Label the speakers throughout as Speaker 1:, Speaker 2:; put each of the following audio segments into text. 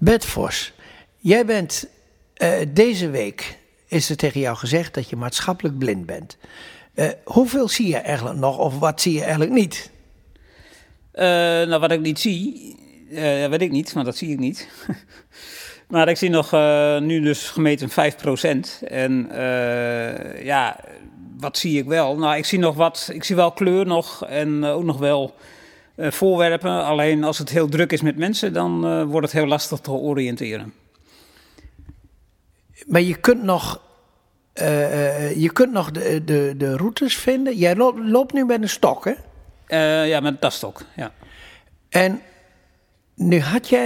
Speaker 1: Bert Vos, jij bent deze week, is er tegen jou gezegd dat je maatschappelijk blind bent. Hoeveel zie je eigenlijk nog of wat zie je eigenlijk niet?
Speaker 2: Wat ik niet zie, weet ik niet, maar dat zie ik niet. Maar ik zie nog nu dus gemeten 5%. En wat zie ik wel? Nou, ik zie nog wat. Ik zie wel kleur nog en ook nog wel voorwerpen. Alleen als het heel druk is met mensen, dan wordt het heel lastig te oriënteren.
Speaker 1: Maar je kunt nog de routes vinden. Jij loopt nu met een stok, hè?
Speaker 2: Ja, met een tasstok, ja.
Speaker 1: En nu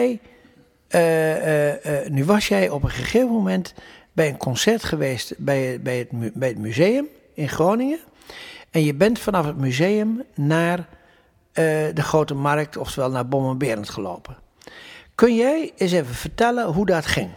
Speaker 1: nu was jij op een gegeven moment bij een concert geweest bij het museum in Groningen. En je bent vanaf het museum naar de Grote Markt, oftewel naar Bom en Berend gelopen. Kun jij eens even vertellen hoe dat ging?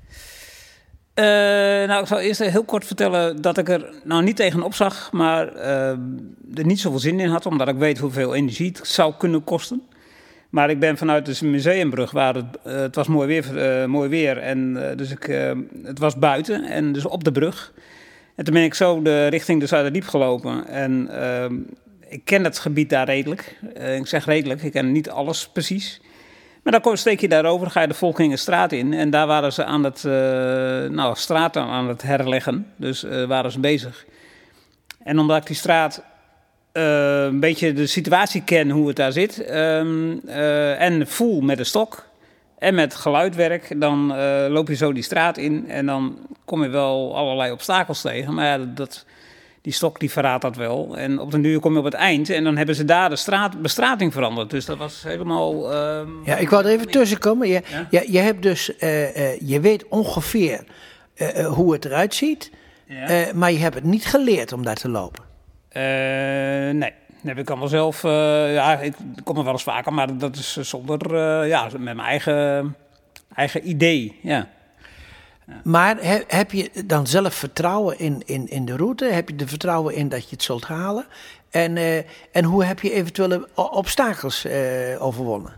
Speaker 2: Ik zal eerst heel kort vertellen dat ik er niet tegenop zag, maar er niet zoveel zin in had, omdat ik weet hoeveel energie het zou kunnen kosten. Maar ik ben vanuit de Museumbrug, waar het was mooi weer en dus het was buiten en dus op de brug. En toen ben ik zo de richting de Zuiderdiep gelopen en ik ken het gebied daar redelijk. Ik zeg redelijk, ik ken niet alles precies. Maar dan steek je daarover, dan ga je de Volkingenstraat in. En daar waren ze aan het straten aan het herleggen. Dus waren ze bezig. En omdat ik die straat een beetje de situatie ken, hoe het daar zit. En voel met de stok en met geluidwerk. Dan loop je zo die straat in. En dan kom je wel allerlei obstakels tegen. Maar ja, die stok die verraadt dat wel. En op den duur kom je op het eind. En dan hebben ze daar de bestrating veranderd. Dus dat was helemaal...
Speaker 1: Ja, ik wou er even tussenkomen. Je hebt dus... je weet ongeveer hoe het eruit ziet. Ja. Maar je hebt het niet geleerd om daar te lopen.
Speaker 2: Nee. Dat heb ik allemaal zelf... ik kom er wel eens vaker. Maar dat is zonder... met mijn eigen idee. Ja.
Speaker 1: Maar heb je dan zelf vertrouwen in de route? Heb je er vertrouwen in dat je het zult halen? En hoe heb je eventuele obstakels overwonnen?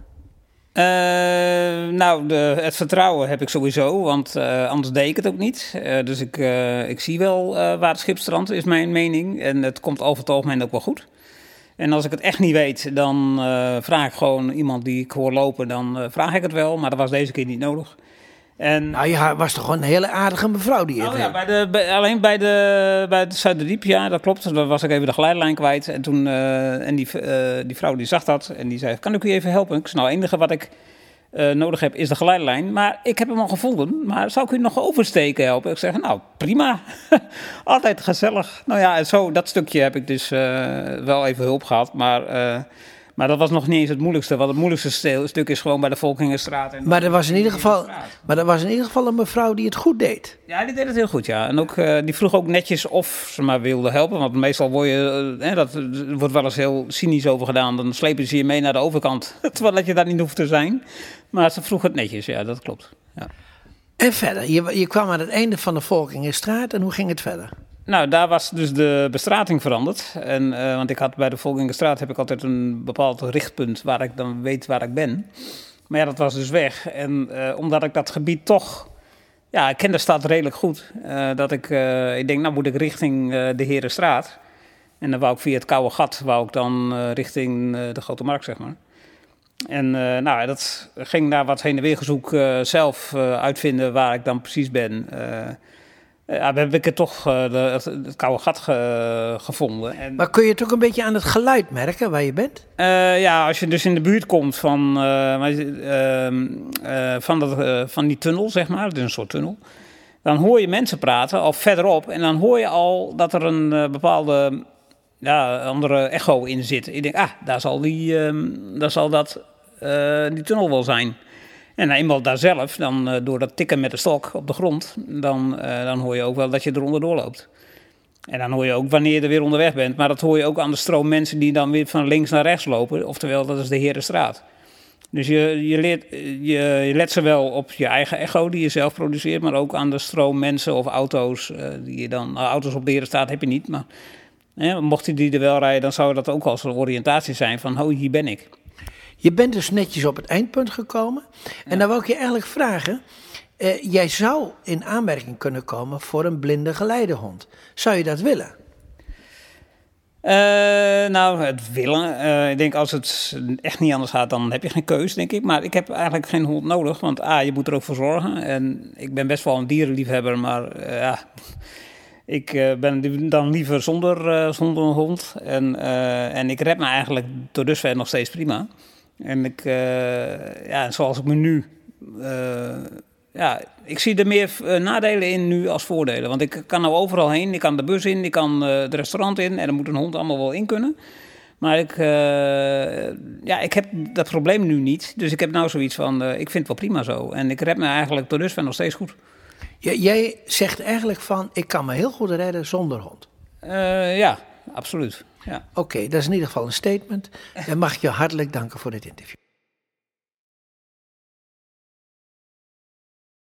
Speaker 2: Het vertrouwen heb ik sowieso, want anders deed ik het ook niet. Dus ik zie wel waar het schip strandt, is mijn mening. En het komt over het algemeen ook wel goed. En als ik het echt niet weet, dan vraag ik gewoon iemand die ik hoor lopen, dan vraag ik het wel. Maar dat was deze keer niet nodig. En,
Speaker 1: nou, je was toch gewoon een hele aardige mevrouw die het
Speaker 2: alleen bij de Zuiderdiep, ja, dat klopt. Dan was ik even de geleidlijn kwijt. En toen, die vrouw die zag dat en die zei, kan ik u even helpen? Ik zei, het enige wat ik nodig heb is de geleidlijn. Maar ik heb hem al gevonden, maar zou ik u nog oversteken helpen? Ik zeg, nou, prima. Altijd gezellig. Nou ja, en zo, dat stukje heb ik dus wel even hulp gehad, maar dat was nog niet eens het moeilijkste. Want het moeilijkste stuk is gewoon bij de Volkingenstraat.
Speaker 1: Maar er was in ieder geval een mevrouw die het goed deed.
Speaker 2: Ja, die deed het heel goed, ja. En ook, die vroeg ook netjes of ze maar wilde helpen. Want meestal word je... dat wordt wel eens heel cynisch over gedaan. Dan slepen ze je mee naar de overkant. Terwijl je daar niet hoeft te zijn. Maar ze vroeg het netjes, ja, dat klopt. Ja.
Speaker 1: En verder? Je kwam aan het einde van de Volkingenstraat. En hoe ging het verder?
Speaker 2: Nou, daar was dus de bestrating veranderd. Want ik had bij de Volkingenstraat heb ik altijd een bepaald richtpunt waar ik dan weet waar ik ben. Maar ja, dat was dus weg. En omdat ik dat gebied toch... Ja, ik ken de stad redelijk goed. Ik denk, nou moet ik richting de Herenstraat. En dan wou ik via het Koude Gat, richting de Grote Markt, zeg maar. En dat ging daar wat heen en weer gezoek zelf uitvinden waar ik dan precies ben. Heb ik het toch het Koude Gat gevonden.
Speaker 1: Maar kun je het ook een beetje aan het geluid merken waar je bent?
Speaker 2: Als je dus in de buurt komt van die tunnel, zeg maar, het is een soort tunnel, dan hoor je mensen praten al verderop en dan hoor je al dat er een bepaalde andere echo in zit. Ik denk, daar zal die tunnel wel zijn. En eenmaal daar zelf, dan door dat tikken met de stok op de grond, dan hoor je ook wel dat je eronder doorloopt. En dan hoor je ook wanneer je er weer onderweg bent. Maar dat hoor je ook aan de stroom mensen die dan weer van links naar rechts lopen. Oftewel, dat is de Herenstraat. Dus je let zowel op je eigen echo die je zelf produceert, maar ook aan de stroom mensen of auto's. Auto's op de Herenstraat heb je niet, maar mocht die er wel rijden, dan zou dat ook als een oriëntatie zijn van, hier ben ik.
Speaker 1: Je bent dus netjes op het eindpunt gekomen. En dan wil ik je eigenlijk vragen. Jij zou in aanmerking kunnen komen voor een blinde geleidehond. Zou je dat willen?
Speaker 2: Nou, het willen. Ik denk als het echt niet anders gaat, dan heb je geen keus, denk ik. Maar ik heb eigenlijk geen hond nodig, want je moet er ook voor zorgen. En ik ben best wel een dierenliefhebber, maar ik ben dan liever zonder een hond. En ik red me eigenlijk tot dusver nog steeds prima. En zoals ik me nu... ik zie er meer nadelen in nu als voordelen. Want ik kan nou overal heen. Ik kan de bus in, ik kan het restaurant in. En dan moet een hond allemaal wel in kunnen. Maar ik heb dat probleem nu niet. Dus ik heb nou zoiets van, ik vind het wel prima zo. En ik red me eigenlijk tot dusver nog steeds goed.
Speaker 1: Jij zegt eigenlijk van, ik kan me heel goed redden zonder hond.
Speaker 2: Ja, absoluut. Ja.
Speaker 1: Oké, dat is in ieder geval een statement. En mag ik je hartelijk danken voor dit interview.